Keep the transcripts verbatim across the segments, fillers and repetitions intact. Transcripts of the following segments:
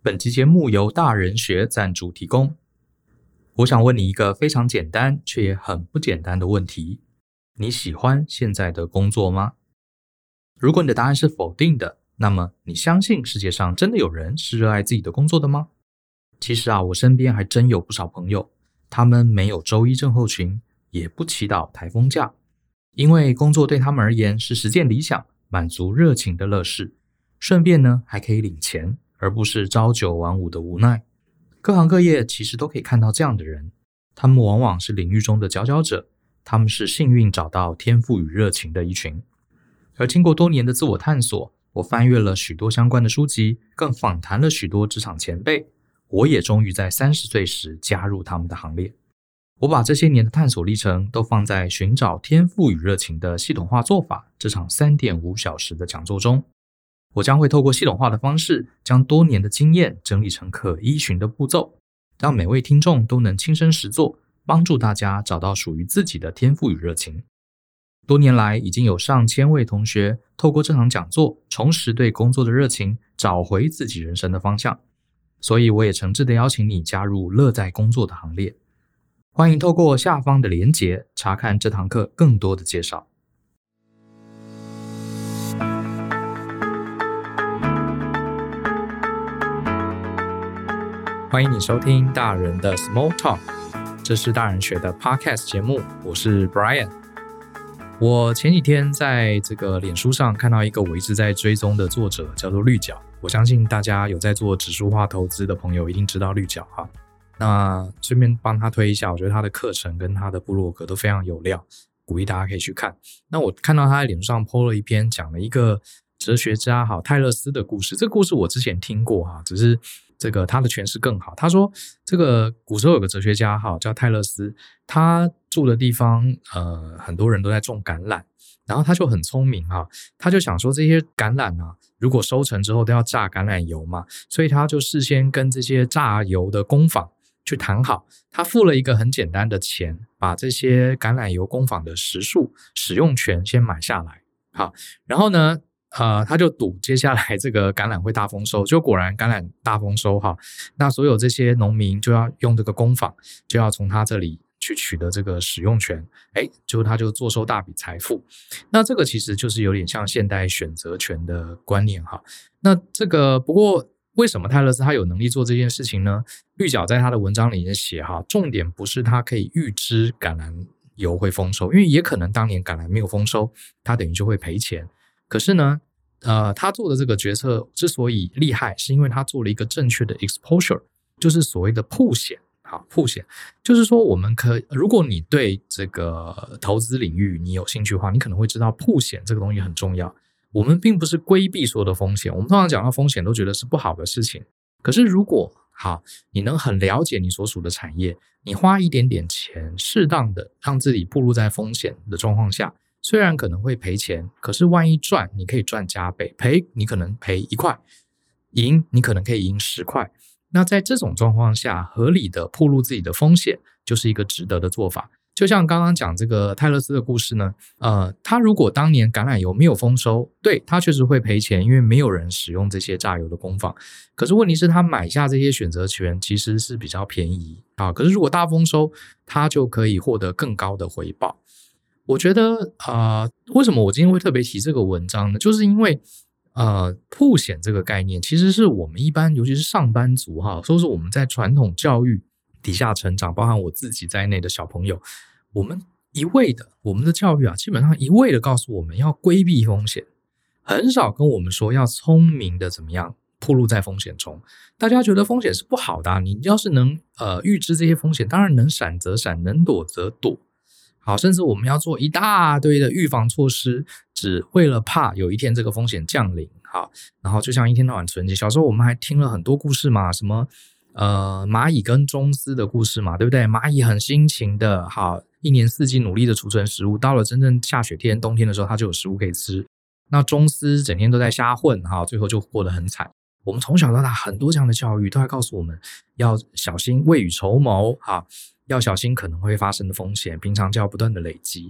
本期节目由大人学赞助提供。我想问你一个非常简单却也很不简单的问题：你喜欢现在的工作吗？如果你的答案是否定的，那么你相信世界上真的有人是热爱自己的工作的吗？其实啊，我身边还真有不少朋友，他们没有周一症候群，也不祈祷台风假，因为工作对他们而言是实践理想、满足热情的乐事，顺便呢还可以领钱，而不是朝九晚五的无奈。各行各业其实都可以看到这样的人，他们往往是领域中的佼佼者，他们是幸运找到天赋与热情的一群。而经过多年的自我探索，我翻阅了许多相关的书籍，更访谈了许多职场前辈，我也终于在三十岁时加入他们的行列。我把这些年的探索历程都放在寻找天赋与热情的系统化做法这场 三点五小时的讲座中。我将会透过系统化的方式，将多年的经验整理成可依循的步骤，让每位听众都能亲身实作，帮助大家找到属于自己的天赋与热情。多年来，已经有上千位同学透过这场讲座，重拾对工作的热情，找回自己人生的方向。所以我也诚挚的邀请你加入乐在工作的行列。欢迎透过下方的连结，查看这堂课更多的介绍。欢迎你收听大人的 Small Talk， 这是大人学的 Podcast 节目，我是 Brian。我前几天在这个脸书上看到一个我一直在追踪的作者，叫做绿角。我相信大家有在做指数化投资的朋友一定知道绿角哈。那顺便帮他推一下，我觉得他的课程跟他的部落格都非常有料，鼓励大家可以去看。那我看到他在脸书上 po 了一篇讲了一个哲学家哈泰勒斯的故事，这个故事我之前听过哈，只是这个他的诠释更好。他说这个古时候有个哲学家哈叫泰勒斯，他住的地方呃很多人都在种橄榄，然后他就很聪明哈，他就想说这些橄榄啊如果收成之后都要榨橄榄油嘛，所以他就事先跟这些榨油的工坊去谈好，他付了一个很简单的钱，把这些橄榄油工坊的时数使用权先买下来。好，然后呢呃，他就赌接下来这个橄榄会大丰收，就果然橄榄大丰收哈。那所有这些农民就要用这个工坊，就要从他这里去取得这个使用权，诶，就他就坐收大笔财富。那这个其实就是有点像现代选择权的观念哈。那这个不过为什么泰勒斯他有能力做这件事情呢？绿角在他的文章里面写哈，重点不是他可以预知橄榄油会丰收，因为也可能当年橄榄没有丰收，他等于就会赔钱。可是呢呃，他做的这个决策之所以厉害，是因为他做了一个正确的 exposure， 就是所谓的曝险。好，曝险就是说我们可如果你对这个投资领域你有兴趣的话，你可能会知道曝险这个东西很重要。我们并不是规避所有的风险，我们通常讲到风险都觉得是不好的事情。可是如果好，你能很了解你所属的产业，你花一点点钱，适当的让自己暴露在风险的状况下，虽然可能会赔钱，可是万一赚，你可以赚加倍，赔你可能赔一块，赢你可能可以赢十块。那在这种状况下，合理的暴露自己的风险，就是一个值得的做法。就像刚刚讲这个泰勒斯的故事呢，呃，他如果当年橄榄油没有丰收，对，他确实会赔钱，因为没有人使用这些榨油的工坊。可是问题是他买下这些选择权其实是比较便宜啊。可是如果大丰收，他就可以获得更高的回报。我觉得呃，为什么我今天会特别提这个文章呢？就是因为呃，曝险这个概念其实是我们一般尤其是上班族哈，说是我们在传统教育底下成长，包含我自己在内的小朋友，我们一味的我们的教育啊，基本上一味的告诉我们要规避风险，很少跟我们说要聪明的怎么样暴露在风险中。大家觉得风险是不好的啊，你要是能呃预知这些风险，当然能闪则闪，能躲则躲。好，甚至我们要做一大堆的预防措施，只为了怕有一天这个风险降临。好，然后就像一天到晚存钱，小时候我们还听了很多故事嘛，什么呃蚂蚁跟螽斯的故事嘛，对不对？蚂蚁很辛勤的，好，一年四季努力的储存食物，到了真正下雪天冬天的时候，它就有食物可以吃。那螽斯整天都在瞎混，好，最后就过得很惨。我们从小到大很多这样的教育都在告诉我们要小心未雨绸缪，好，要小心可能会发生的风险，平常就要不断的累积。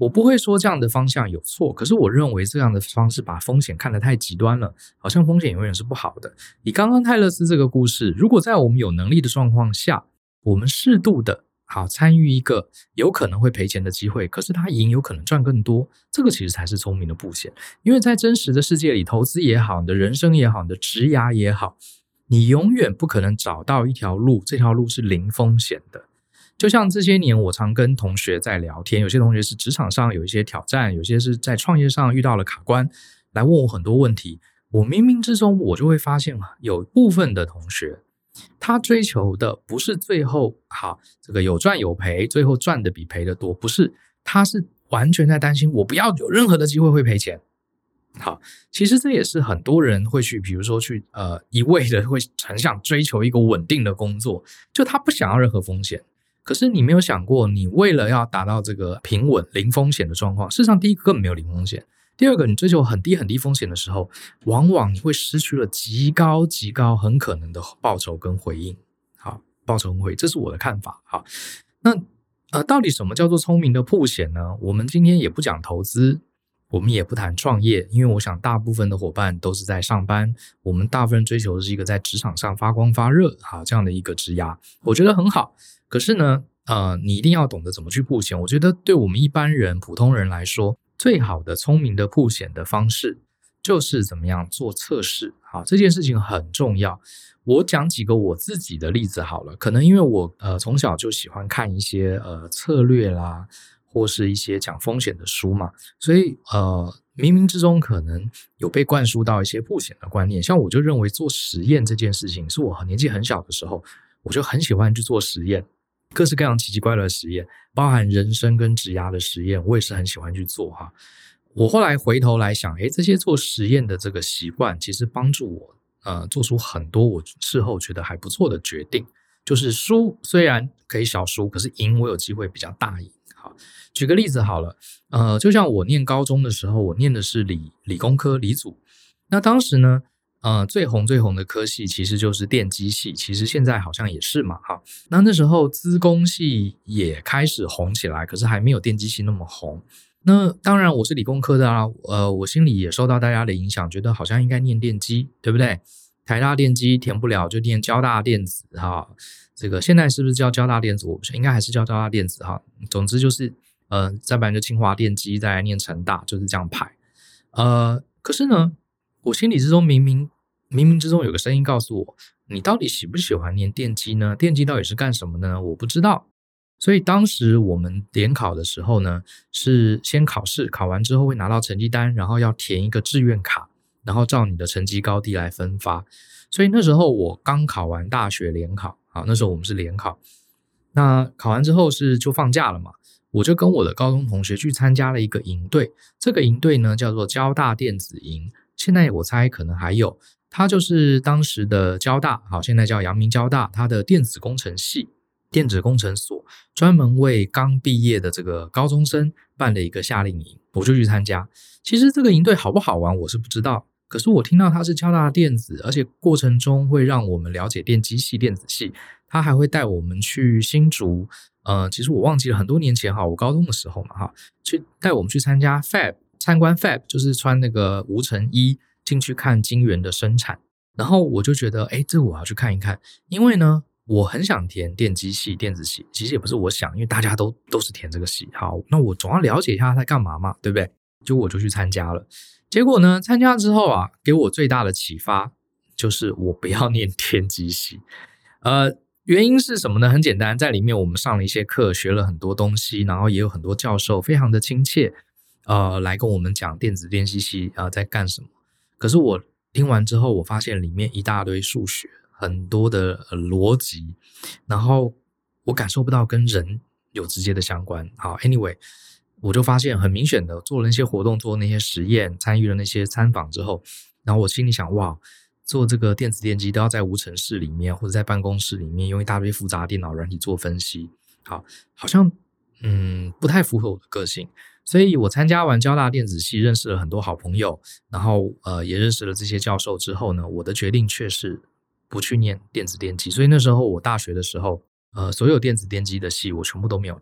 我不会说这样的方向有错，可是我认为这样的方式把风险看得太极端了，好像风险永远是不好的。以刚刚泰勒斯这个故事，如果在我们有能力的状况下，我们适度的好参与一个有可能会赔钱的机会，可是他赢有可能赚更多，这个其实才是聪明的布险。因为在真实的世界里，投资也好，你的人生也好，你的职涯也好，你永远不可能找到一条路，这条路是零风险的。就像这些年我常跟同学在聊天，有些同学是职场上有一些挑战，有些是在创业上遇到了卡关，来问我很多问题，我冥冥之中我就会发现有部分的同学他追求的不是最后好这个有赚有赔，最后赚的比赔的多，不是，他是完全在担心我不要有任何的机会会赔钱。好，其实这也是很多人会去比如说去呃一味的会很想追求一个稳定的工作，就他不想要任何风险。可是你没有想过，你为了要达到这个平稳零风险的状况，事实上第一个根本没有零风险，第二个你追求很低很低风险的时候，往往你会失去了极高极高很可能的报酬跟回应。好，报酬跟回应，这是我的看法。好，那呃，到底什么叫做聪明的曝险呢？我们今天也不讲投资，我们也不谈创业，因为我想大部分的伙伴都是在上班，我们大部分追求的是一个在职场上发光发热好这样的一个职涯，我觉得很好。可是呢呃，你一定要懂得怎么去曝险。我觉得对我们一般人普通人来说，最好的聪明的曝险的方式就是怎么样做测试。好，这件事情很重要。我讲几个我自己的例子好了，可能因为我呃从小就喜欢看一些呃策略啦，或是一些讲风险的书嘛，所以呃冥冥之中可能有被灌输到一些曝险的观念。像我就认为做实验这件事情，是我年纪很小的时候我就很喜欢去做实验，各式各样奇奇怪怪的实验，包含人生跟职涯的实验，我也是很喜欢去做哈。我后来回头来想，诶，这些做实验的这个习惯其实帮助我呃做出很多我事后觉得还不错的决定。就是输虽然可以小输，可是赢我有机会比较大赢。好，举个例子好了，呃，就像我念高中的时候，我念的是理理工科理组，那当时呢呃，最红最红的科系其实就是电机系，其实现在好像也是嘛哈。那那时候资工系也开始红起来，可是还没有电机系那么红。那当然我是理工科的啊，呃，我心里也受到大家的影响，觉得好像应该念电机，对不对？台大电机填不了就念交大电子哈，这个现在是不是叫交大电子？我不是，应该还是叫交大电子哈。总之就是呃，再不然就清华电机，再来念成大，就是这样排。呃，可是呢，我心里之中明明冥冥之中有个声音告诉我，你到底喜不喜欢念电机呢？电机到底是干什么呢？我不知道。所以当时我们联考的时候呢，是先考试，考完之后会拿到成绩单，然后要填一个志愿卡，然后照你的成绩高低来分发。所以那时候我刚考完大学联考，好，那时候我们是联考，那考完之后是就放假了嘛，我就跟我的高中同学去参加了一个营队，这个营队呢叫做交大电子营，现在我猜可能还有，它就是当时的交大，好，现在叫阳明交大，它的电子工程系电子工程所专门为刚毕业的这个高中生办了一个夏令营，我就去参加。其实这个营队好不好玩我是不知道，可是我听到它是交大电子，而且过程中会让我们了解电机系电子系，它还会带我们去新竹，呃，其实我忘记了很多年前哈，我高中的时候嘛哈，去带我们去参加 Fab， 参观 Fab 就是穿那个无尘衣进去看晶圆的生产。然后我就觉得诶，这我要去看一看，因为呢我很想填电机系电子系，其实也不是我想，因为大家都都是填这个系，好，那我总要了解一下他在干嘛嘛，对不对？就我就去参加了。结果呢参加之后啊，给我最大的启发就是我不要念电机系。呃原因是什么呢？很简单，在里面我们上了一些课，学了很多东西，然后也有很多教授非常的亲切呃，来跟我们讲电子电机系呃在干什么。可是我听完之后，我发现里面一大堆数学，很多的、呃、逻辑，然后我感受不到跟人有直接的相关。好 anyway， 我就发现很明显的做了那些活动，做那些实验，参与了那些参访之后，然后我心里想，哇，做这个电子电机都要在无尘室里面或者在办公室里面用一大堆复杂电脑软体做分析，好，好像嗯不太符合我的个性。所以我参加完交大电子系，认识了很多好朋友，然后呃也认识了这些教授之后呢，我的决定却是不去念电子电机。所以那时候我大学的时候呃所有电子电机的系我全部都没有填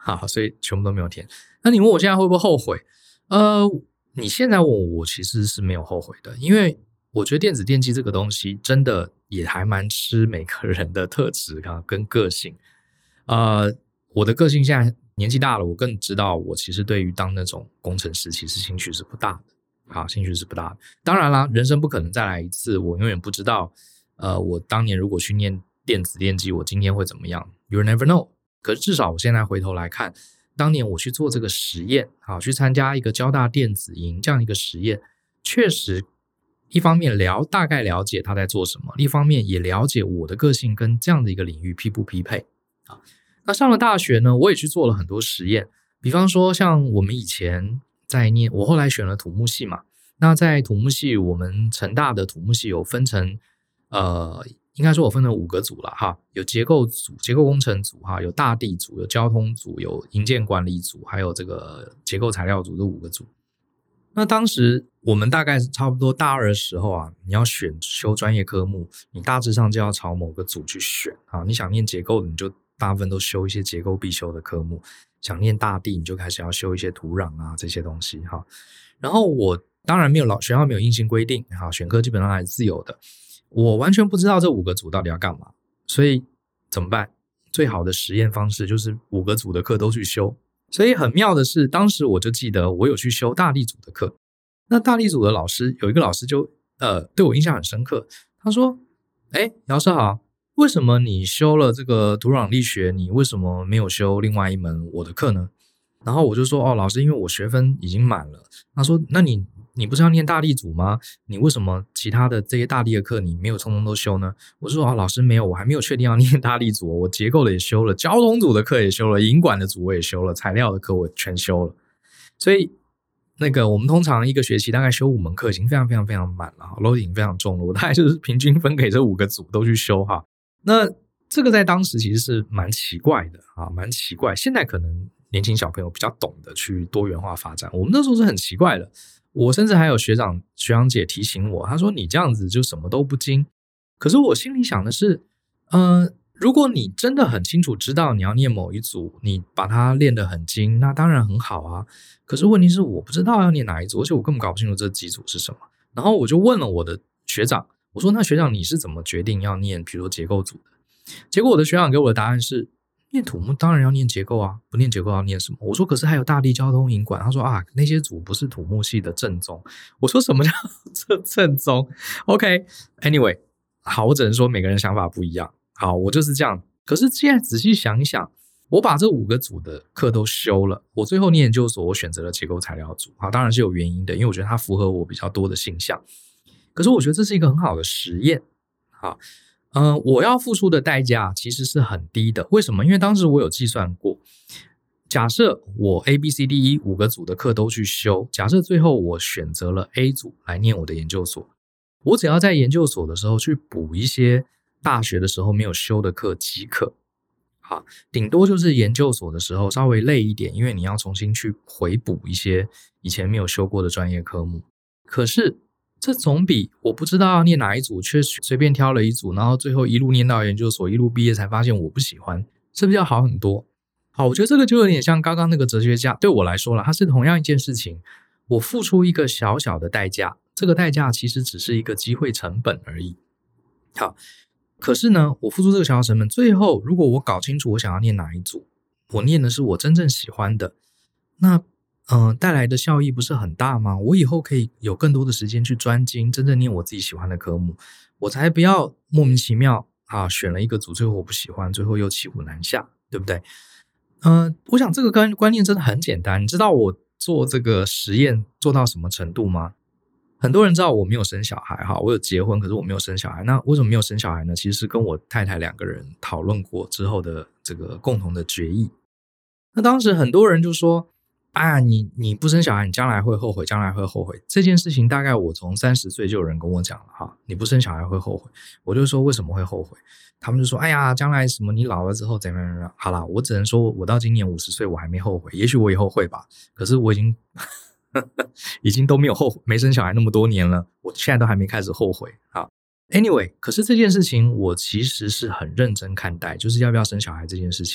好，所以全部都没有填。那你问我现在会不会后悔？呃，你现在问我，我其实是没有后悔的，因为我觉得电子电机这个东西真的也还蛮吃每个人的特质跟个性。呃，我的个性现在年纪大了，我更知道我其实对于当那种工程师其实兴趣是不大的。好，兴趣是不大的。当然啦，人生不可能再来一次，我永远不知道呃，我当年如果去念电子电机，我今天会怎么样 ？You never know。可是至少我现在回头来看，当年我去做这个实验，好，去参加一个交大电子营这样一个实验，确实一方面了大概了解他在做什么，一方面也了解我的个性跟这样的一个领域匹不匹配。好，那上了大学呢，我也去做了很多实验，比方说像我们以前在念，我后来选了土木系嘛，那在土木系，我们成大的土木系有分成呃。应该说我分成五个组了哈，有结构组、结构工程组哈，有大地组、有交通组、有营建管理组，还有这个结构材料组，这五个组。那当时我们大概是差不多大二的时候啊，你要选修专业科目，你大致上就要朝某个组去选啊。你想念结构的，你就大部分都修一些结构必修的科目；想念大地，你就开始要修一些土壤啊这些东西哈。然后我当然没有老学校没有硬性规定哈，选科基本上还是自由的。我完全不知道这五个组到底要干嘛，所以怎么办？最好的实验方式就是五个组的课都去修。所以很妙的是，当时我就记得我有去修大地组的课，那大地组的老师有一个老师就呃对我印象很深刻，他说：“哎，姚师好，为什么你修了这个土壤力学，你为什么没有修另外一门我的课呢？”然后我就说：“哦，老师，因为我学分已经满了。”他说：“那你。”你不是要念大地组吗？你为什么其他的这些大地的课你没有通通都修呢？我说啊，老师没有，我还没有确定要念大地组，我结构的也修了，交通组的课也修了，营管的组我也修了，材料的课我全修了。所以那个我们通常一个学期大概修五门课已经非常非常非常满了 ，load 已经非常重了，我大概就是平均分给这五个组都去修哈。那这个在当时其实是蛮奇怪的啊，蛮奇怪。现在可能年轻小朋友比较懂得去多元化发展，我们那时候是很奇怪的。我甚至还有学长学长姐提醒我，他说你这样子就什么都不精。可是我心里想的是呃，如果你真的很清楚知道你要念某一组，你把它练得很精，那当然很好啊。可是问题是我不知道要念哪一组，而且我根本搞不清楚这几组是什么。然后我就问了我的学长，我说那学长你是怎么决定要念比如说结构组的？结果我的学长给我的答案是，念土木当然要念结构啊，不念结构要念什么？我说可是还有大地交通营管。他说啊，那些组不是土木系的正宗。我说什么叫正宗 ？OK， anyway， 好，我只能说每个人想法不一样。好，我就是这样。可是现在仔细想一想，我把这五个组的课都修了，我最后念研究所，我选择了结构材料组。好，当然是有原因的，因为我觉得它符合我比较多的性向。可是我觉得这是一个很好的实验。好。呃，我要付出的代价其实是很低的。为什么？因为当时我有计算过，假设我 A、B、C、D、E 五个组的课都去修，假设最后我选择了 A 组来念我的研究所，我只要在研究所的时候去补一些大学的时候没有修的课即可。好，顶多就是研究所的时候稍微累一点，因为你要重新去回补一些以前没有修过的专业科目。可是这总比我不知道要念哪一组，却随便挑了一组，然后最后一路念到研究所，一路毕业才发现我不喜欢，是不是要好很多？好，我觉得这个就有点像刚刚那个哲学家，对我来说啦，它是同样一件事情，我付出一个小小的代价，这个代价其实只是一个机会成本而已。好，可是呢，我付出这个小小成本，最后如果我搞清楚我想要念哪一组，我念的是我真正喜欢的，那嗯、呃，带来的效益不是很大吗？我以后可以有更多的时间去专精，真正念我自己喜欢的科目，我才不要莫名其妙啊选了一个组，最后我不喜欢，最后又骑虎难下，对不对？嗯、呃，我想这个观观念真的很简单。你知道我做这个实验做到什么程度吗？很多人知道我没有生小孩哈，我有结婚，可是我没有生小孩。那为什么没有生小孩呢？其实是跟我太太两个人讨论过之后的这个共同的决议。那当时很多人就说啊，你你不生小孩，你将来会后悔，将来会后悔。这件事情大概我从三十岁就有人跟我讲了哈，你不生小孩会后悔。我就说为什么会后悔？他们就说，哎呀，将来什么你老了之后怎么样怎么样。好啦，我只能说我到今年五十岁我还没后悔，也许我以后会吧。可是我已经已经都没有后悔，没生小孩那么多年了，我现在都还没开始后悔啊。Anyway， 可是这件事情我其实是很认真看待，就是要不要生小孩这件事情。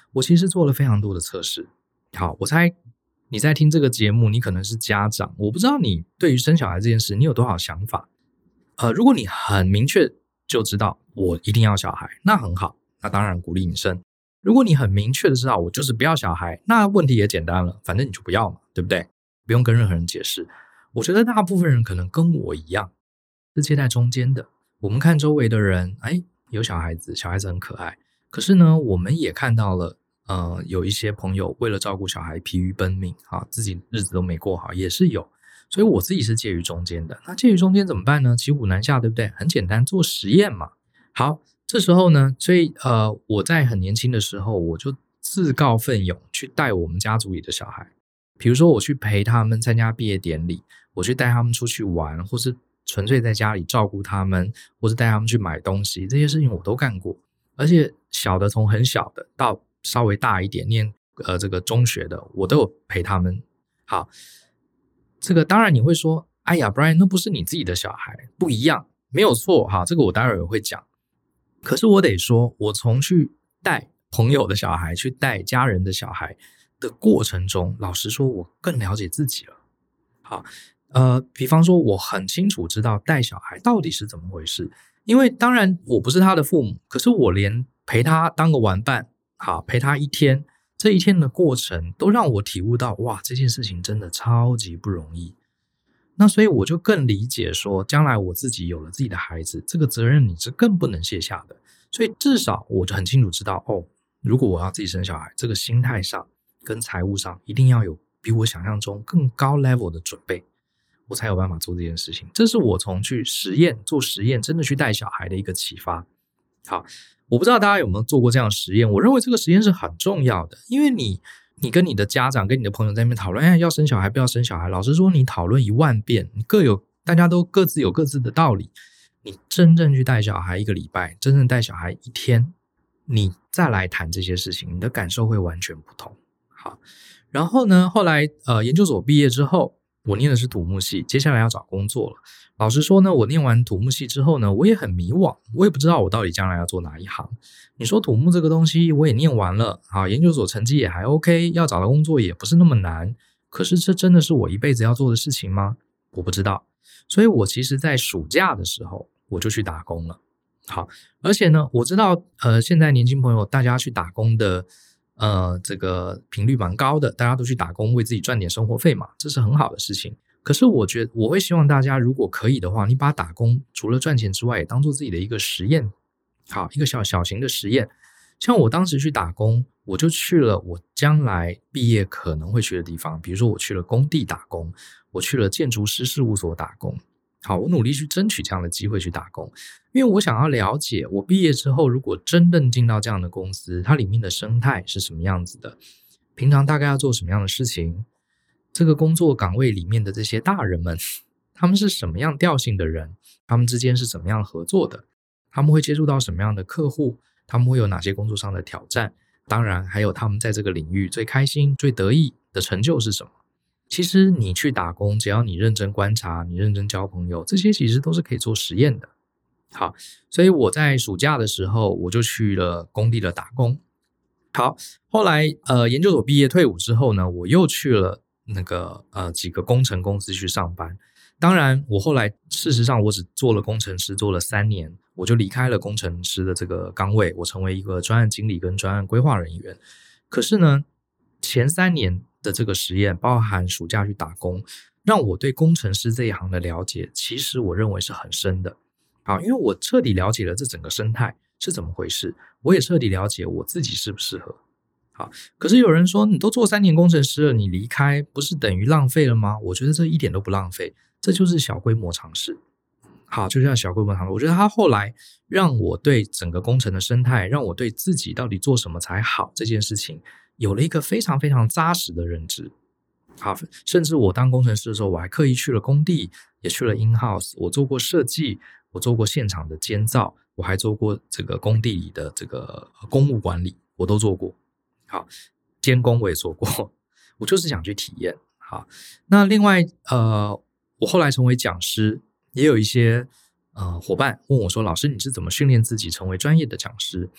我其实做了非常多的测试。好，我猜你在听这个节目，你可能是家长，我不知道你对于生小孩这件事你有多少想法。呃，如果你很明确就知道我一定要小孩，那很好，那当然鼓励你生。如果你很明确的知道我就是不要小孩，那问题也简单了，反正你就不要嘛，对不对？不用跟任何人解释。我觉得大部分人可能跟我一样是介在中间的。我们看周围的人，哎，有小孩子，小孩子很可爱，可是呢我们也看到了呃，有一些朋友为了照顾小孩疲于奔命啊，自己日子都没过好，也是有。所以我自己是介于中间的。那介于中间怎么办呢？骑虎难下，对不对？很简单，做实验嘛。好，这时候呢，所以呃，我在很年轻的时候，我就自告奋勇去带我们家族里的小孩。比如说我去陪他们参加毕业典礼，我去带他们出去玩，或是纯粹在家里照顾他们，或是带他们去买东西，这些事情我都干过。而且小的从很小的到稍微大一点念呃这个中学的，我都有陪他们。好，这个当然你会说，哎呀 Brian 那不是你自己的小孩，不一样，没有错哈，这个我待会儿也会讲。可是我得说，我从去带朋友的小孩，去带家人的小孩的过程中，老实说我更了解自己了。好，呃，比方说我很清楚知道带小孩到底是怎么回事，因为当然我不是他的父母，可是我连陪他当个玩伴，好，陪他一天，这一天的过程都让我体悟到，哇，这件事情真的超级不容易。那所以我就更理解说，将来我自己有了自己的孩子，这个责任你是更不能卸下的。所以至少我就很清楚知道，哦，如果我要自己生小孩，这个心态上跟财务上一定要有比我想象中更高 level 的准备，我才有办法做这件事情。这是我从去实验做实验真的去带小孩的一个启发。好，我不知道大家有没有做过这样的实验，我认为这个实验是很重要的，因为你你跟你的家长跟你的朋友在那边讨论，哎，要生小孩不要生小孩，老实说你讨论一万遍，你各有大家都各自有各自的道理，你真正去带小孩一个礼拜，真正带小孩一天，你再来谈这些事情，你的感受会完全不同。好，然后呢后来呃研究所毕业之后，我念的是土木系，接下来要找工作了。老实说呢，我念完土木系之后呢，我也很迷惘，我也不知道我到底将来要做哪一行。你说土木这个东西我也念完了，好，研究所成绩也还 OK， 要找到工作也不是那么难，可是这真的是我一辈子要做的事情吗？我不知道。所以我其实在暑假的时候我就去打工了。好，而且呢我知道呃，现在年轻朋友大家去打工的呃，这个频率蛮高的，大家都去打工为自己赚点生活费嘛，这是很好的事情。可是我觉得我会希望大家如果可以的话，你把打工除了赚钱之外也当做自己的一个实验，好，一个小小型的实验。像我当时去打工，我就去了我将来毕业可能会去的地方，比如说我去了工地打工，我去了建筑师事务所打工。好，我努力去争取这样的机会去打工，因为我想要了解我毕业之后如果真正进到这样的公司，它里面的生态是什么样子的，平常大概要做什么样的事情，这个工作岗位里面的这些大人们他们是什么样调性的人，他们之间是怎么样合作的，他们会接触到什么样的客户，他们会有哪些工作上的挑战，当然还有他们在这个领域最开心最得意的成就是什么。其实你去打工，只要你认真观察，你认真交朋友，这些其实都是可以做实验的。好，所以我在暑假的时候我就去了工地的打工。好，后来呃研究所毕业退伍之后呢，我又去了那个呃几个工程公司去上班。当然我后来事实上我只做了工程师做了三年，我就离开了工程师的这个岗位，我成为一个专案经理跟专案规划人员。可是呢前三年的这个实验包含暑假去打工，让我对工程师这一行的了解其实我认为是很深的。好，因为我彻底了解了这整个生态是怎么回事，我也彻底了解我自己适不适合。好，可是有人说你都做三年工程师了，你离开不是等于浪费了吗？我觉得这一点都不浪费，这就是小规模尝试。好，就像小规模尝试，我觉得他后来让我对整个工程的生态，让我对自己到底做什么才好这件事情有了一个非常非常扎实的认知。好，甚至我当工程师的时候，我还刻意去了工地，也去了 in-house， 我做过设计，我做过现场的监造，我还做过这个工地里的这个公务管理，我都做过。好，监工我也做过，我就是想去体验。好，那另外呃，我后来成为讲师，也有一些呃伙伴问我说，老师你是怎么训练自己成为专业的讲师？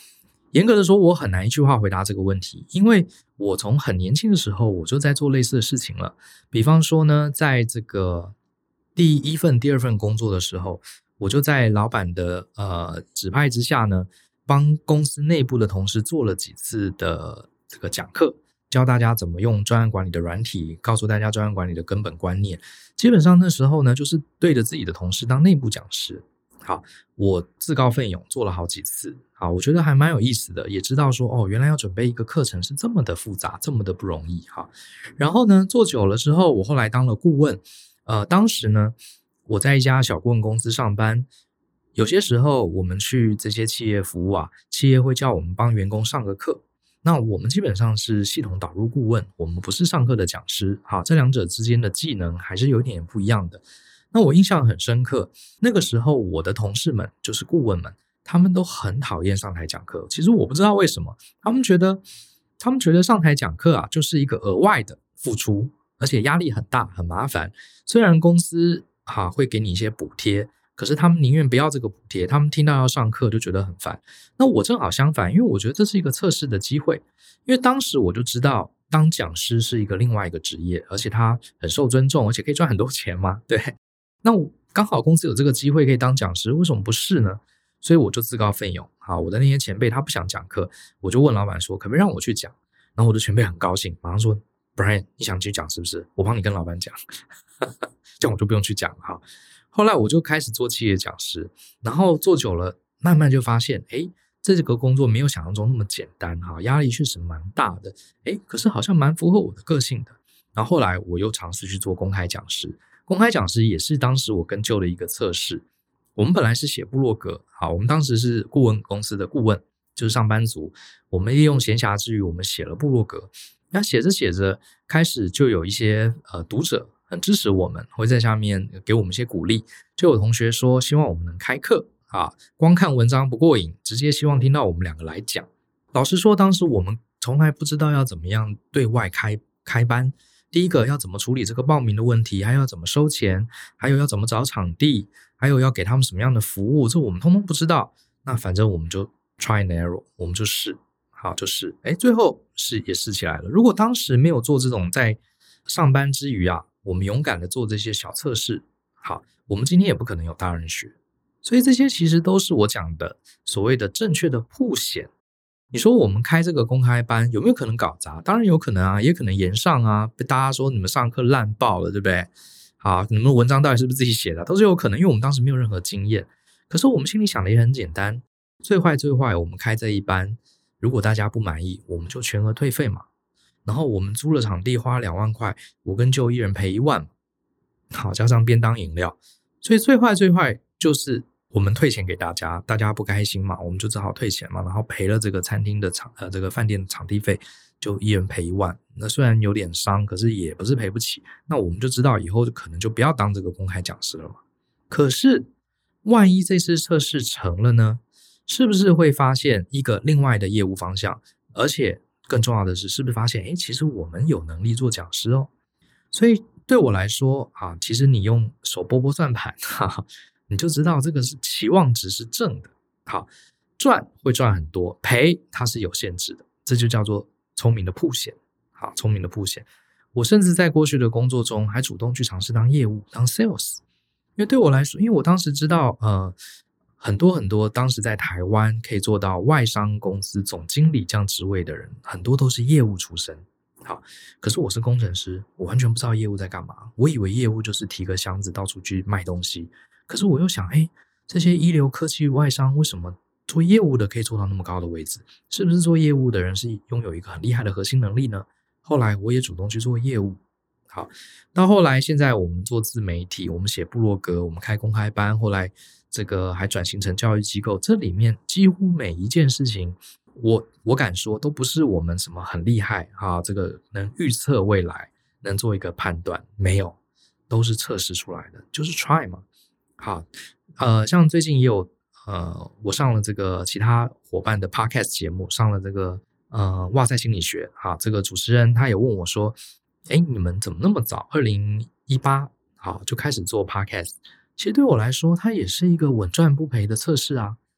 严格的说，我很难一句话回答这个问题，因为我从很年轻的时候我就在做类似的事情了。比方说呢，在这个第一份、第二份工作的时候，我就在老板的呃指派之下呢，帮公司内部的同事做了几次的这个讲课，教大家怎么用专案管理的软体，告诉大家专案管理的根本观念。基本上那时候呢，就是对着自己的同事当内部讲师。好，我自告奋勇做了好几次，好，我觉得还蛮有意思的，也知道说哦，原来要准备一个课程是这么的复杂，这么的不容易哈。然后呢，做久了之后，我后来当了顾问，呃，当时呢，我在一家小顾问公司上班，有些时候我们去这些企业服务啊，企业会叫我们帮员工上个课，那我们基本上是系统导入顾问，我们不是上课的讲师，好，这两者之间的技能还是有一点不一样的。那我印象很深刻，那个时候我的同事们就是顾问们，他们都很讨厌上台讲课。其实我不知道为什么，他们觉得他们觉得上台讲课啊，就是一个额外的付出，而且压力很大，很麻烦。虽然公司啊会给你一些补贴，可是他们宁愿不要这个补贴，他们听到要上课就觉得很烦。那我正好相反，因为我觉得这是一个测试的机会，因为当时我就知道当讲师是一个另外一个职业，而且他很受尊重，而且可以赚很多钱嘛，对。那我刚好公司有这个机会可以当讲师，为什么不是呢？所以我就自告奋勇。好，我的那些前辈他不想讲课，我就问老板说可不可以让我去讲。然后我的前辈很高兴，马上说 Brian 你想去讲是不是？我帮你跟老板讲这样我就不用去讲了哈。后来我就开始做企业讲师，然后做久了慢慢就发现诶这个工作没有想象中那么简单哈，压力确实蛮大的，诶可是好像蛮符合我的个性的。然后后来我又尝试去做公开讲师，公开讲师也是当时我跟就的一个测试。我们本来是写部落格，好，我们当时是顾问公司的顾问，就是上班族，我们利用闲暇之余我们写了部落格。那写着写着开始就有一些呃读者很支持我们，会在下面给我们一些鼓励，就有同学说希望我们能开课啊，光看文章不过瘾，直接希望听到我们两个来讲。老实说当时我们从来不知道要怎么样对外开开班，第一个要怎么处理这个报名的问题，还有要怎么收钱，还有要怎么找场地，还有要给他们什么样的服务，这我们通通不知道。那反正我们就 try and error， 我们就试，好就试，诶最后是也试起来了。如果当时没有做这种在上班之余啊，我们勇敢的做这些小测试，好，我们今天也不可能有大人学。所以这些其实都是我讲的所谓的正确的曝险。你说我们开这个公开班有没有可能搞砸？当然有可能啊，也可能延上啊，被大家说你们上课烂爆了，对不对？好，你们的文章到底是不是自己写的，都是有可能，因为我们当时没有任何经验。可是我们心里想的也很简单，最坏最坏我们开这一班，如果大家不满意我们就全额退费嘛，然后我们租了场地花两万块，我跟就一人赔一万嘛，好，加上便当饮料，所以最坏最坏就是我们退钱给大家，大家不开心嘛，我们就只好退钱嘛，然后赔了这个餐厅的场呃这个饭店的场地费，就一人赔一万。那虽然有点伤，可是也不是赔不起。那我们就知道以后就可能就不要当这个公开讲师了嘛。可是万一这次测试成了呢？是不是会发现一个另外的业务方向？而且更重要的是，是不是发现诶其实我们有能力做讲师哦？所以对我来说啊，其实你用手拨拨算盘哈哈，你就知道这个是期望值是正的。好，赚会赚很多，赔它是有限制的，这就叫做聪明的曝险。好，聪明的曝险。我甚至在过去的工作中还主动去尝试当业务，当 sales。因为对我来说，因为我当时知道呃很多很多当时在台湾可以做到外商公司总经理这样职位的人，很多都是业务出身。好，可是我是工程师，我完全不知道业务在干嘛。我以为业务就是提个箱子到处去卖东西。可是我又想，诶这些一流科技外商为什么做业务的可以做到那么高的位置？是不是做业务的人是拥有一个很厉害的核心能力呢？后来我也主动去做业务。好，到后来现在我们做自媒体，我们写部落格，我们开公开班，后来这个还转型成教育机构，这里面几乎每一件事情我我敢说都不是我们什么很厉害啊，这个能预测未来，能做一个判断，没有，都是测试出来的，就是 try 嘛。好，呃，像最近也有呃，我上了这个其他伙伴的 podcast 节目，上了这个呃，哇塞心理学啊，这个主持人他也问我说，诶你们怎么那么早二零一八好就开始做 podcast？ 其实对我来说它也是一个稳赚不赔的测试啊。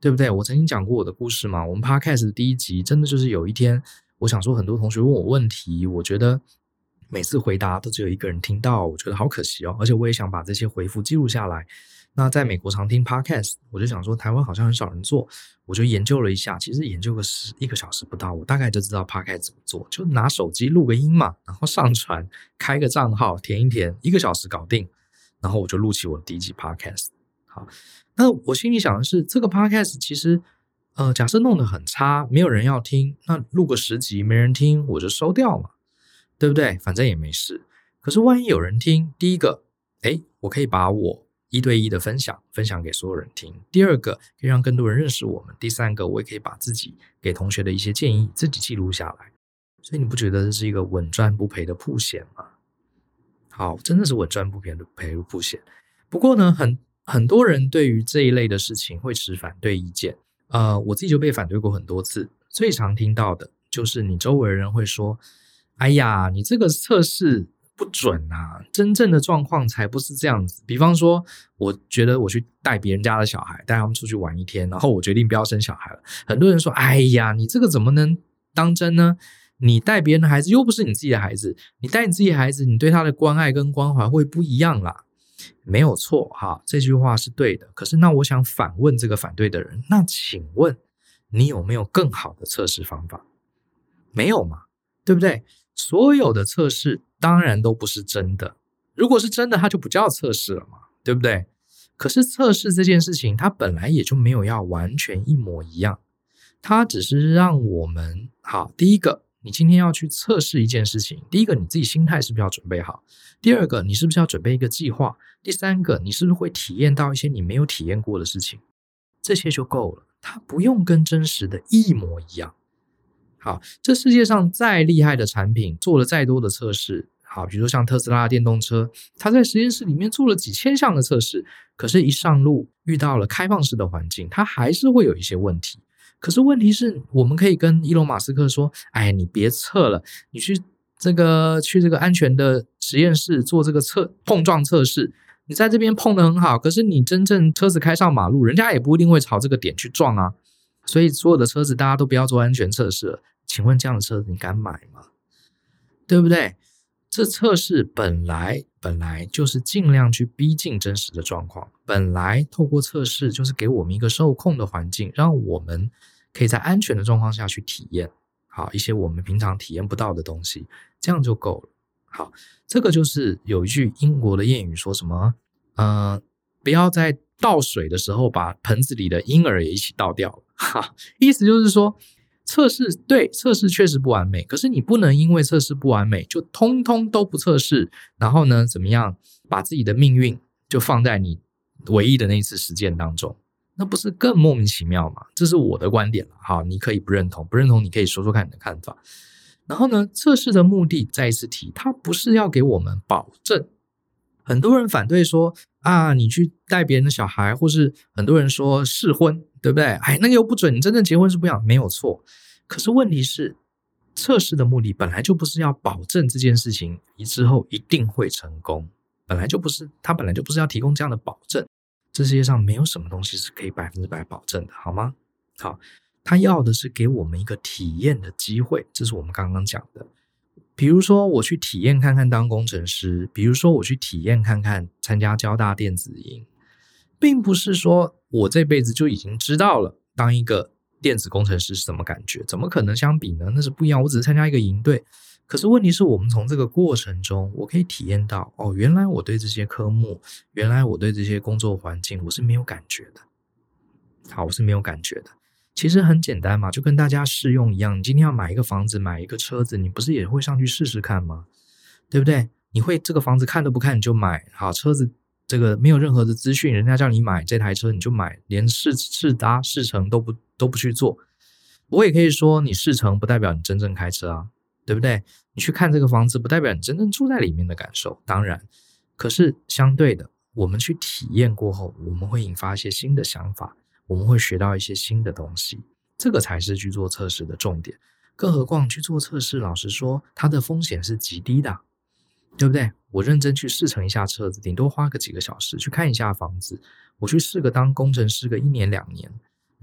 对不对？我曾经讲过我的故事嘛，我们 Podcast 的第一集真的就是有一天，我想说很多同学问我问题，我觉得每次回答都只有一个人听到，我觉得好可惜哦，而且我也想把这些回复记录下来。那在美国常听 Podcast， 我就想说台湾好像很少人做，我就研究了一下，其实研究个十一个小时不到，我大概就知道 Podcast 怎么做，就拿手机录个音嘛，然后上传，开个账号，填一填，一个小时搞定，然后我就录起我的第一集 Podcast。好，那我心里想的是，这个 Podcast 其实，呃，假设弄得很差，没有人要听，那录个十集没人听，我就收掉嘛，对不对？反正也没事。可是万一有人听，第一个，诶，我可以把我一对一的分享分享给所有人听，第二个可以让更多人认识我们，第三个我也可以把自己给同学的一些建议自己记录下来，所以你不觉得这是一个稳赚不赔的铺险吗？好，真的是稳赚不赔的赔铺险。不过呢，很很多人对于这一类的事情会持反对意见，呃，我自己就被反对过很多次，最常听到的就是你周围的人会说，哎呀，你这个测试不准啊，真正的状况才不是这样子。比方说，我觉得我去带别人家的小孩，带他们出去玩一天，然后我决定不要生小孩了。很多人说，哎呀，你这个怎么能当真呢？你带别人的孩子又不是你自己的孩子，你带你自己的孩子，你对他的关爱跟关怀会不一样啦。没有错哈，这句话是对的。可是那我想反问这个反对的人，那请问你有没有更好的测试方法？没有嘛，对不对？所有的测试当然都不是真的，如果是真的它就不叫测试了嘛，对不对？可是测试这件事情它本来也就没有要完全一模一样，它只是让我们好，第一个你今天要去测试一件事情，第一个你自己心态是不是要准备好，第二个你是不是要准备一个计划，第三个你是不是会体验到一些你没有体验过的事情，这些就够了，它不用跟真实的一模一样。好，这世界上再厉害的产品，做了再多的测试，好，比如说像特斯拉的电动车，它在实验室里面做了几千项的测试，可是一上路遇到了开放式的环境，它还是会有一些问题。可是问题是，我们可以跟伊隆马斯克说，哎，你别测了，你去这个去这个安全的实验室做这个测碰撞测试，你在这边碰得很好，可是你真正车子开上马路，人家也不一定会朝这个点去撞啊。所以所有的车子大家都不要做安全测试了，请问这样的车子你敢买吗？对不对？这测试本来本来就是尽量去逼近真实的状况，本来透过测试就是给我们一个受控的环境，让我们可以在安全的状况下去体验好一些我们平常体验不到的东西，这样就够了。好，这个就是有一句英国的谚语说什么呃，不要在倒水的时候把盆子里的婴儿也一起倒掉了哈，意思就是说测试对测试确实不完美，可是你不能因为测试不完美就通通都不测试，然后呢怎么样把自己的命运就放在你唯一的那一次实践当中，那不是更莫名其妙吗？这是我的观点了，好，你可以不认同，不认同你可以说说看你的看法。然后呢，测试的目的再一次提，它不是要给我们保证。很多人反对说啊，你去带别人的小孩，或是很多人说试婚，对不对？哎，那个又不准，你真正结婚是不一样，没有错。可是问题是，测试的目的本来就不是要保证这件事情之后一定会成功，本来就不是，它本来就不是要提供这样的保证。这世界上没有什么东西是可以百分之百保证的，好吗？好，他要的是给我们一个体验的机会，这是我们刚刚讲的。比如说我去体验看看当工程师，比如说我去体验看看参加交大电子营，并不是说我这辈子就已经知道了当一个电子工程师是什么感觉，怎么可能相比呢？那是不一样，我只是参加一个营队。可是问题是我们从这个过程中，我可以体验到，哦，原来我对这些科目，原来我对这些工作环境，我是没有感觉的。好，我是没有感觉的。其实很简单嘛，就跟大家试用一样，你今天要买一个房子，买一个车子，你不是也会上去试试看吗？对不对？你会这个房子看都不看你就买，好，车子这个没有任何的资讯，人家叫你买这台车你就买，连试试搭试乘都不都不去做。我也可以说你试乘不代表你真正开车啊，对不对？你去看这个房子不代表你真正住在里面的感受，当然，可是相对的，我们去体验过后，我们会引发一些新的想法，我们会学到一些新的东西，这个才是去做测试的重点。更何况去做测试，老实说它的风险是极低的，对不对？我认真去试乘一下车子，顶多花个几个小时去看一下房子，我去试个当工程师个一年两年，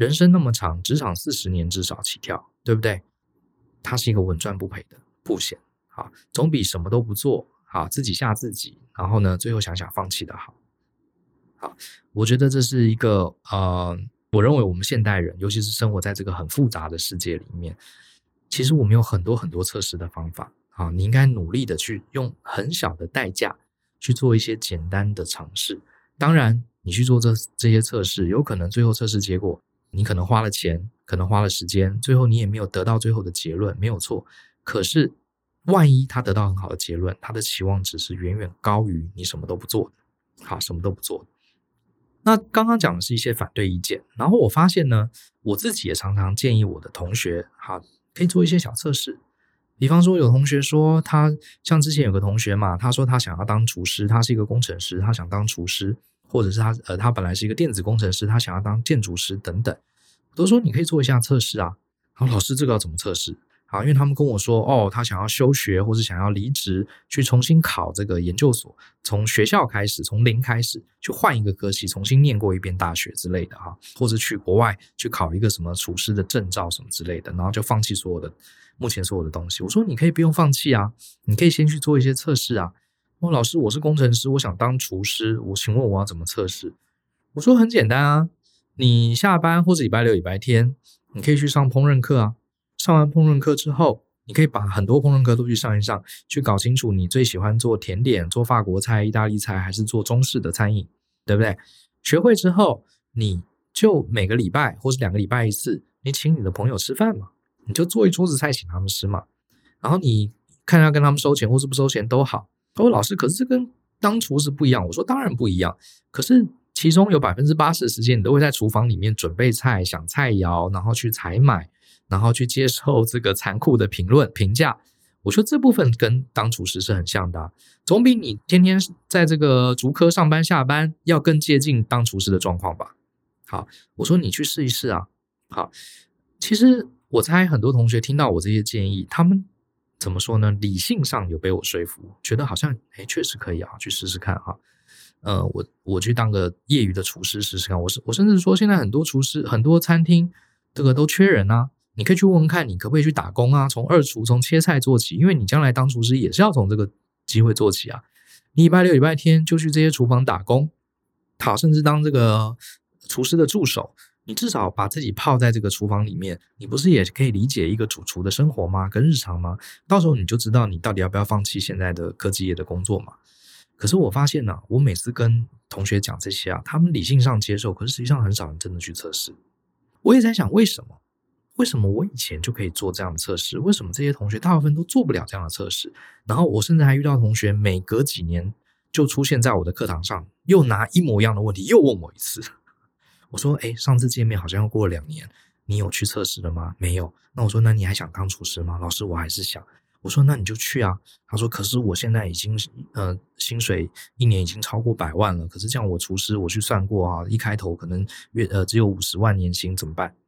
人生那么长，职场四十年至少起跳，对不对？它是一个稳赚不赔的布险，好，总比什么都不做，好，自己吓自己，然后呢，最后想想放弃的好。好，我觉得这是一个呃，我认为我们现代人，尤其是生活在这个很复杂的世界里面，其实我们有很多很多测试的方法，好，你应该努力的去用很小的代价去做一些简单的尝试。当然，你去做这这些测试，有可能最后测试结果，你可能花了钱，可能花了时间，最后你也没有得到最后的结论，没有错。可是，万一他得到很好的结论，他的期望值是远远高于你什么都不做的，好，什么都不做的。那刚刚讲的是一些反对意见，然后我发现呢，我自己也常常建议我的同学，好，可以做一些小测试。比方说有同学说他像之前有个同学嘛，他说他想要当厨师，他是一个工程师，他想当厨师，或者是他呃他本来是一个电子工程师，他想要当建筑师等等。我都说你可以做一下测试啊。好，老师这个要怎么测试？好，因为他们跟我说哦，他想要休学或是想要离职去重新考这个研究所，从学校开始，从零开始去换一个科系，重新念过一遍大学之类的哈，或者去国外去考一个什么厨师的证照什么之类的，然后就放弃所有的目前所有的东西。我说你可以不用放弃啊，你可以先去做一些测试啊。哦，老师我是工程师，我想当厨师，我请问我要怎么测试？我说很简单啊，你下班或者礼拜六礼拜天你可以去上烹饪课啊，上完烹饪课之后你可以把很多烹饪课都去上一上，去搞清楚你最喜欢做甜点，做法国菜、意大利菜还是做中式的餐饮，对不对？学会之后你就每个礼拜或是两个礼拜一次，你请你的朋友吃饭嘛，你就做一桌子菜请他们吃嘛，然后你看要跟他们收钱或是不收钱都好。他说老师可是这跟当厨师不一样。我说当然不一样，可是其中有 百分之八十 的时间你都会在厨房里面准备菜，想菜肴，然后去采买，然后去接受这个残酷的评论评价。我说这部分跟当厨师是很像的啊，总比你天天在这个竹科上班下班要更接近当厨师的状况吧。好，我说你去试一试啊。好，其实我猜很多同学听到我这些建议，他们怎么说呢？理性上有被我说服，觉得好像诶确实可以啊，去试试看哈。呃，我我去当个业余的厨师试试看。我是我甚至说，现在很多厨师、很多餐厅这个都缺人啊，你可以去问问看，你可不可以去打工啊？从二厨、从切菜做起，因为你将来当厨师也是要从这个机会做起啊。你礼拜六、礼拜天就去这些厨房打工，好，甚至当这个厨师的助手。你至少把自己泡在这个厨房里面，你不是也可以理解一个主厨的生活吗？跟日常吗？到时候你就知道你到底要不要放弃现在的科技业的工作嘛。可是我发现啊，我每次跟同学讲这些啊，他们理性上接受，可是实际上很少人真的去测试。我也在想为什么？为什么我以前就可以做这样的测试？为什么这些同学大部分都做不了这样的测试？然后我甚至还遇到同学每隔几年就出现在我的课堂上，又拿一模一样的问题又问我一次。我说诶，上次见面好像要过了两年，你有去测试了吗？没有。那我说那你还想当厨师吗？老师我还是想。我说那你就去啊。他说可是我现在已经呃薪水一年已经超过百万了，可是这样我厨师我去算过啊，一开头可能月呃只有五十万年薪怎么办？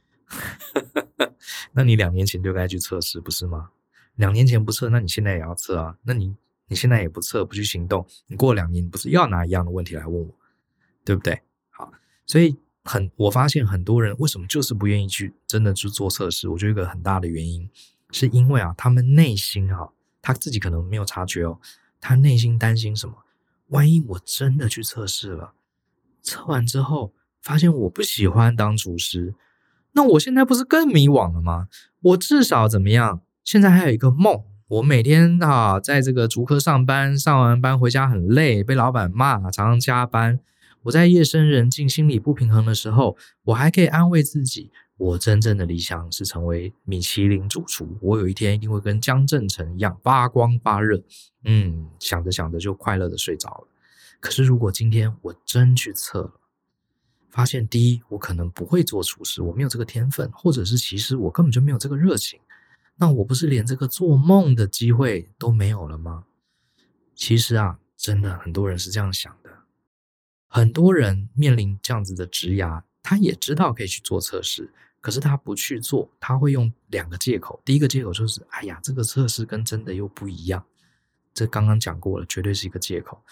那你两年前就该去测试不是吗？两年前不测，那你现在也要测啊。那你你现在也不测不去行动，你过两年你不是要拿一样的问题来问我，对不对？好。所以很，我发现很多人为什么就是不愿意去真的去做测试，我觉得一个很大的原因是因为啊，他们内心啊，他自己可能没有察觉哦，他内心担心什么？万一我真的去测试了，测完之后发现我不喜欢当厨师，那我现在不是更迷惘了吗？我至少怎么样？现在还有一个梦，我每天啊在这个竹科上班，上完班回家很累，被老板骂，常常加班。我在夜深人静心理不平衡的时候，我还可以安慰自己，我真正的理想是成为米其林主厨，我有一天一定会跟江振成一样发光发热。嗯，想着想着就快乐的睡着了。可是如果今天我真去测了，发现第一，我可能不会做厨师，我没有这个天分，或者是其实我根本就没有这个热情，那我不是连这个做梦的机会都没有了吗？其实啊，真的很多人是这样想的。很多人面临这样子的职涯，他也知道可以去做测试，可是他不去做，他会用两个借口。第一个借口就是哎呀，这个测试跟真的又不一样，这刚刚讲过了，绝对是一个借口。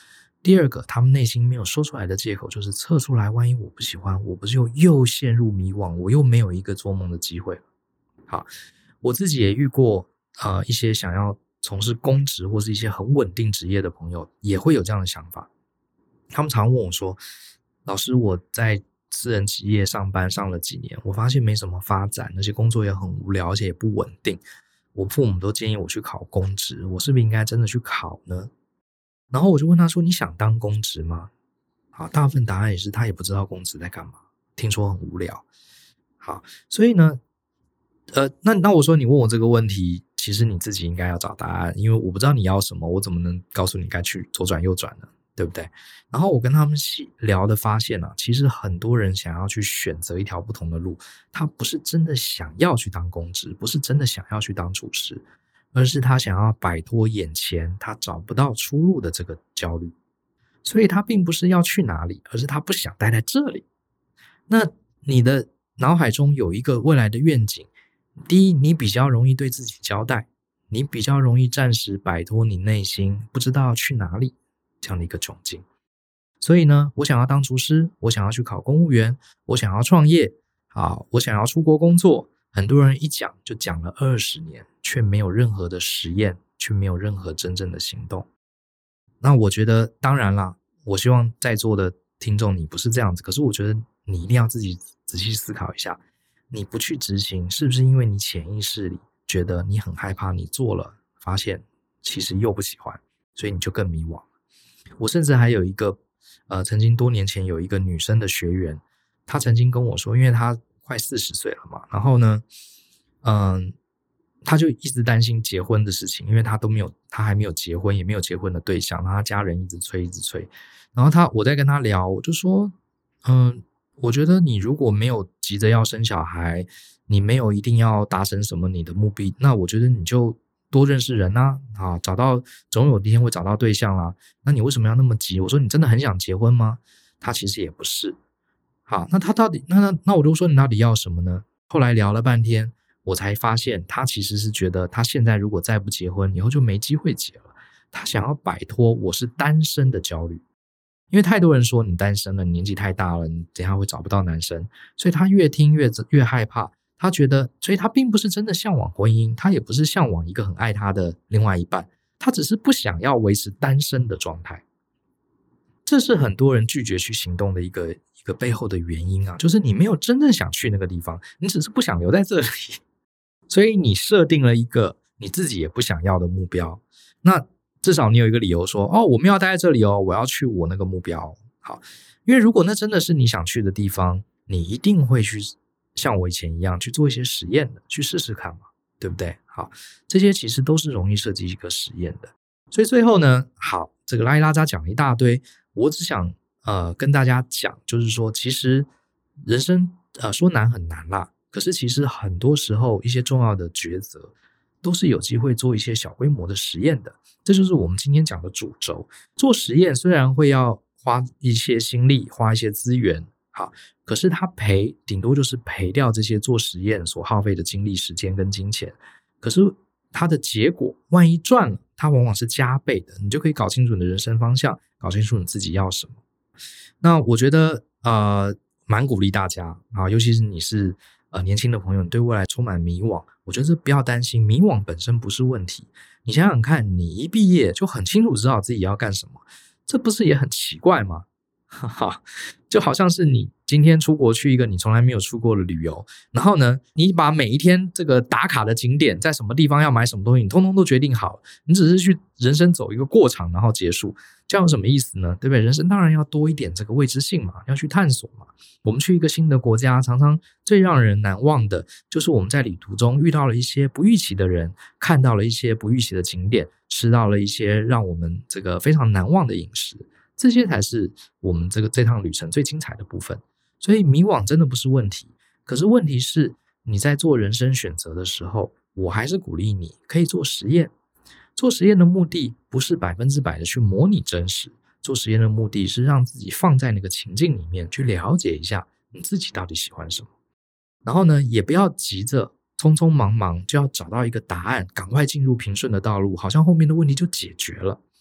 第二个，他们内心没有说出来的借口就是测出来，万一我不喜欢，我不是又又陷入迷惘，我又没有一个做梦的机会了。好，我自己也遇过呃一些想要从事公职或是一些很稳定职业的朋友，也会有这样的想法。他们常问我说，老师，我在私人企业上班上了几年，我发现没什么发展，而且工作也很无聊，而且也不稳定。我父母都建议我去考公职，我是不是应该真的去考呢？然后我就问他说，你想当公职吗？好，大部分答案也是他也不知道公职在干嘛，听说很无聊。好，所以呢呃，那那我说你问我这个问题，其实你自己应该要找答案，因为我不知道你要什么，我怎么能告诉你该去左转右转呢？对不对？然后我跟他们聊的发现啊，其实很多人想要去选择一条不同的路，他不是真的想要去当公职，不是真的想要去当厨师，而是他想要摆脱眼前他找不到出路的这个焦虑。所以他并不是要去哪里，而是他不想待在这里。那你的脑海中有一个未来的愿景，第一，你比较容易对自己交代，你比较容易暂时摆脱你内心不知道要去哪里这样的一个窘境。所以呢，我想要当厨师，我想要去考公务员，我想要创业，好，我想要出国工作，很多人一讲就讲了二十年，却没有任何的实验，却没有任何真正的行动。那我觉得当然啦，我希望在座的听众你不是这样子，可是我觉得你一定要自己仔细思考一下，你不去执行，是不是因为你潜意识里觉得你很害怕，你做了发现其实又不喜欢，所以你就更迷惘。我甚至还有一个呃，曾经多年前有一个女生的学员，她曾经跟我说，因为她快四十岁了嘛，然后呢嗯，她就一直担心结婚的事情，因为她都没有，她还没有结婚，也没有结婚的对象，然后她家人一直催一直催。然后她我在跟她聊，我就说嗯，我觉得你如果没有急着要生小孩，你没有一定要达成什么你的目的，那我觉得你就多认识人啊，啊，找到总有一天会找到对象啦。那你为什么要那么急？我说你真的很想结婚吗？他其实也不是。好，那他到底那那那我就说你到底要什么呢？后来聊了半天，我才发现他其实是觉得他现在如果再不结婚，以后就没机会结了。他想要摆脱我是单身的焦虑。因为太多人说你单身了，你年纪太大了，你等一下会找不到男生，所以他越听越越害怕。他觉得，所以他并不是真的向往婚姻，他也不是向往一个很爱他的另外一半，他只是不想要维持单身的状态。这是很多人拒绝去行动的一个一个背后的原因啊，就是你没有真正想去那个地方，你只是不想留在这里，所以你设定了一个你自己也不想要的目标。那至少你有一个理由说，哦，我们要待在这里哦，我要去我那个目标。好，因为如果那真的是你想去的地方，你一定会去像我以前一样去做一些实验的，去试试看嘛，对不对？好，这些其实都是容易设计一个实验的。所以最后呢，好，这个拉里拉扎讲了一大堆，我只想呃跟大家讲，就是说，其实人生呃说难很难啦，可是其实很多时候一些重要的抉择都是有机会做一些小规模的实验的。这就是我们今天讲的主轴。做实验虽然会要花一些心力，花一些资源，好，可是它赔顶多就是赔掉这些做实验所耗费的精力、时间跟金钱。可是它的结果万一赚了，它往往是加倍的，你就可以搞清楚你的人生方向，搞清楚你自己要什么。那我觉得呃蛮鼓励大家啊，尤其是你是呃年轻的朋友，你对未来充满迷惘，我觉得不要担心，迷惘本身不是问题。你想想看，你一毕业就很清楚知道自己要干什么，这不是也很奇怪吗？哈哈，就好像是你今天出国去一个你从来没有出过的旅游，然后呢，你把每一天这个打卡的景点，在什么地方要买什么东西，你通通都决定好了，你只是去人生走一个过场，然后结束，这样有什么意思呢？对不对？人生当然要多一点这个未知性嘛，要去探索嘛。我们去一个新的国家，常常最让人难忘的就是我们在旅途中遇到了一些不预期的人，看到了一些不预期的景点，吃到了一些让我们这个非常难忘的饮食，这些才是我们这个这趟旅程最精彩的部分。所以迷惘真的不是问题，可是问题是你在做人生选择的时候，我还是鼓励你可以做实验。做实验的目的不是百分之百的去模拟真实，做实验的目的是让自己放在那个情境里面，去了解一下你自己到底喜欢什么。然后呢，也不要急着匆匆忙忙就要找到一个答案，赶快进入平顺的道路，好像后面的问题就解决了。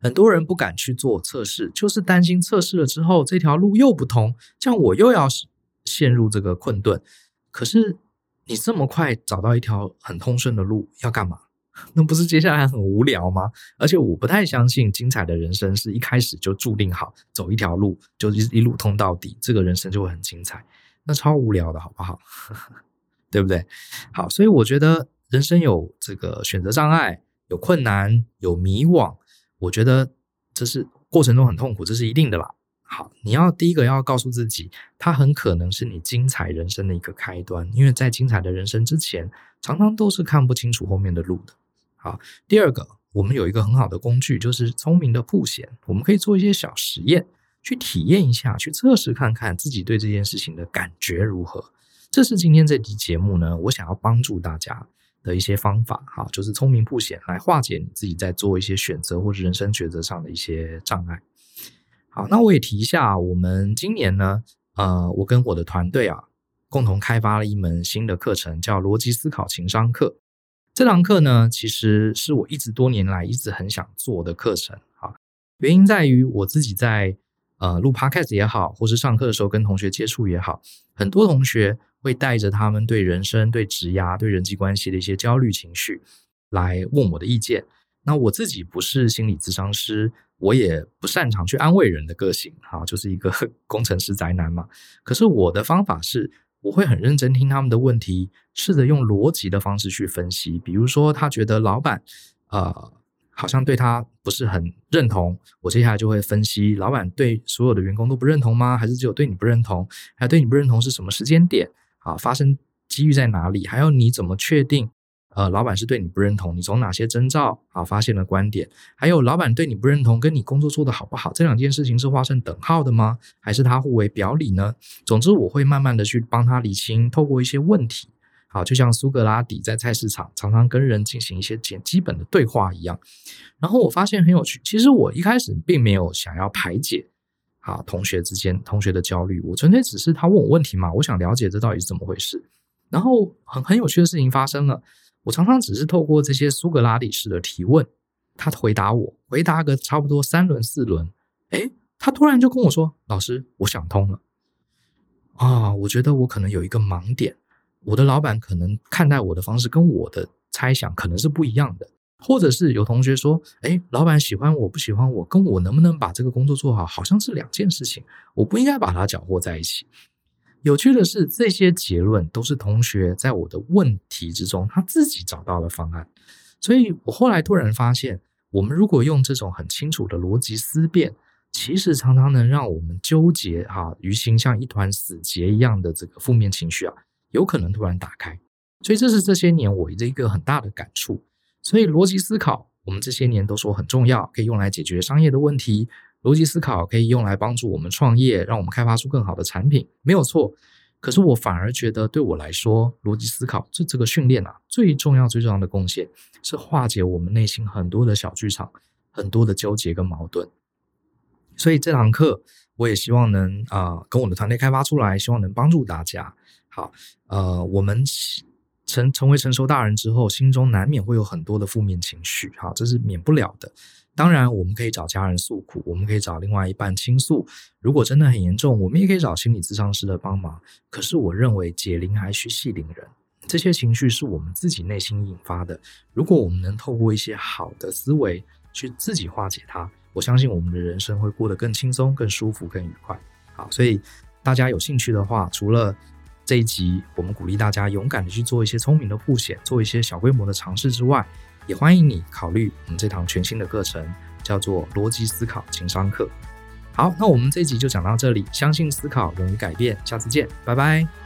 很多人不敢去做测试，就是担心测试了之后这条路又不通，这样我又要陷入这个困顿。可是你这么快找到一条很通顺的路要干嘛？那不是接下来很无聊吗？而且我不太相信精彩的人生是一开始就注定好走一条路就一路通到底，这个人生就会很精彩，那超无聊的好不好？对不对？好，所以我觉得人生有这个选择障碍，有困难，有迷惘，我觉得这是过程中很痛苦，这是一定的啦。好，你要第一个要告诉自己，它很可能是你精彩人生的一个开端，因为在精彩的人生之前，常常都是看不清楚后面的路的。好，第二个，我们有一个很好的工具，就是聪明的曝险，我们可以做一些小实验，去体验一下，去测试看看自己对这件事情的感觉如何。这是今天这期节目呢，我想要帮助大家的一些方法，好，就是聪明曝险来化解你自己在做一些选择或者人生抉择上的一些障碍。好，那我也提一下，我们今年呢，呃，我跟我的团队啊，共同开发了一门新的课程，叫逻辑思考情商课。这堂课呢，其实是我一直多年来一直很想做的课程啊。原因在于我自己在呃录 podcast 也好，或是上课的时候跟同学接触也好，很多同学会带着他们对人生、对职涯、对人际关系的一些焦虑情绪来问我的意见。那我自己不是心理咨商师，我也不擅长去安慰人的个性，好，就是一个工程师宅男嘛。可是我的方法是，我会很认真听他们的问题，试着用逻辑的方式去分析。比如说他觉得老板呃好像对他不是很认同，我接下来就会分析，老板对所有的员工都不认同吗？还是只有对你不认同？还有对你不认同是什么时间点？啊，发生机遇在哪里？还有你怎么确定呃，老板是对你不认同？你从哪些征兆啊发现了观点？还有老板对你不认同跟你工作做得好不好，这两件事情是画成等号的吗？还是它互为表里呢？总之我会慢慢的去帮他理清，透过一些问题，好，就像苏格拉底在菜市场常常跟人进行一些基本的对话一样。然后我发现很有趣，其实我一开始并没有想要排解啊同学之间同学的焦虑，我纯粹只是他问我问题嘛，我想了解这到底是怎么回事。然后很很有趣的事情发生了，我常常只是透过这些苏格拉底式的提问，他回答我，回答个差不多三轮四轮，诶，他突然就跟我说，老师，我想通了啊，我觉得我可能有一个盲点，我的老板可能看待我的方式跟我的猜想可能是不一样的，或者是有同学说，诶，老板喜欢我不喜欢我，跟我能不能把这个工作做好好像是两件事情，我不应该把它搅和在一起。有趣的是，这些结论都是同学在我的问题之中他自己找到了方案。所以我后来突然发现，我们如果用这种很清楚的逻辑思辨，其实常常能让我们纠结啊，于心像一团死结一样的这个负面情绪啊，有可能突然打开。所以这是这些年我的一个很大的感触。所以逻辑思考我们这些年都说很重要，可以用来解决商业的问题，逻辑思考可以用来帮助我们创业，让我们开发出更好的产品，没有错。可是我反而觉得对我来说，逻辑思考这这个训练啊，最重要最重要的贡献是化解我们内心很多的小剧场，很多的纠结跟矛盾。所以这堂课我也希望能啊、呃、跟我的团队开发出来，希望能帮助大家。好，呃，我们成成为成熟大人之后，心中难免会有很多的负面情绪，好，这是免不了的。当然我们可以找家人诉苦，我们可以找另外一半倾诉，如果真的很严重，我们也可以找心理咨商师的帮忙。可是我认为解铃还须系铃人，这些情绪是我们自己内心引发的，如果我们能透过一些好的思维去自己化解它，我相信我们的人生会过得更轻松、更舒服、更愉快。好，所以大家有兴趣的话，除了这一集我们鼓励大家勇敢的去做一些聪明的曝险，做一些小规模的尝试之外，也欢迎你考虑我们这堂全新的课程，叫做逻辑思考情商课。好，那我们这一集就讲到这里，相信思考，勇于改变，下次见，拜拜。